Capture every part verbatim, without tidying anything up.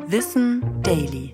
Wissen Daily.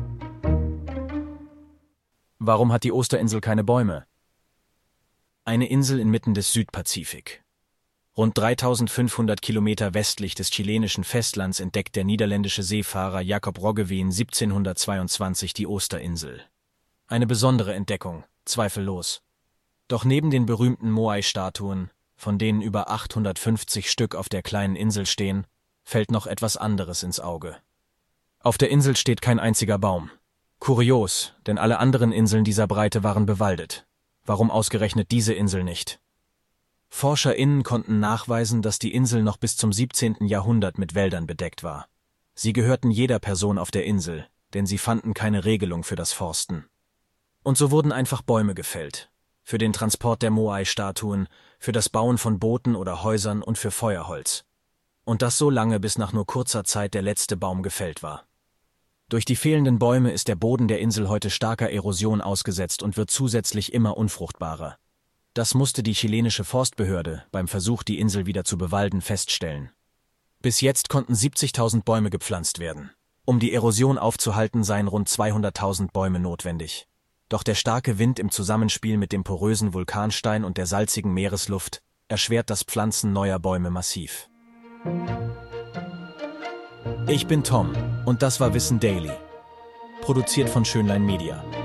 Warum hat die Osterinsel keine Bäume? Eine Insel inmitten des Südpazifik. Rund dreitausendfünfhundert Kilometer westlich des chilenischen Festlands entdeckt der niederländische Seefahrer Jacob Roggeveen siebzehnhundertzweiundzwanzig die Osterinsel. Eine besondere Entdeckung, zweifellos. Doch neben den berühmten Moai-Statuen, von denen über achthundertfünfzig Stück auf der kleinen Insel stehen, fällt noch etwas anderes ins Auge. Auf der Insel steht kein einziger Baum. Kurios, denn alle anderen Inseln dieser Breite waren bewaldet. Warum ausgerechnet diese Insel nicht? ForscherInnen konnten nachweisen, dass die Insel noch bis zum siebzehnten Jahrhundert mit Wäldern bedeckt war. Sie gehörten jeder Person auf der Insel, denn sie fanden keine Regelung für das Forsten. Und so wurden einfach Bäume gefällt. Für den Transport der Moai-Statuen, für das Bauen von Booten oder Häusern und für Feuerholz. Und das so lange, bis nach nur kurzer Zeit der letzte Baum gefällt war. Durch die fehlenden Bäume ist der Boden der Insel heute starker Erosion ausgesetzt und wird zusätzlich immer unfruchtbarer. Das musste die chilenische Forstbehörde beim Versuch, die Insel wieder zu bewalden, feststellen. Bis jetzt konnten siebzigtausend Bäume gepflanzt werden. Um die Erosion aufzuhalten, seien rund zweihunderttausend Bäume notwendig. Doch der starke Wind im Zusammenspiel mit dem porösen Vulkanstein und der salzigen Meeresluft erschwert das Pflanzen neuer Bäume massiv. Ich bin Tom und das war Wissen Daily. Produziert von Schönlein Media.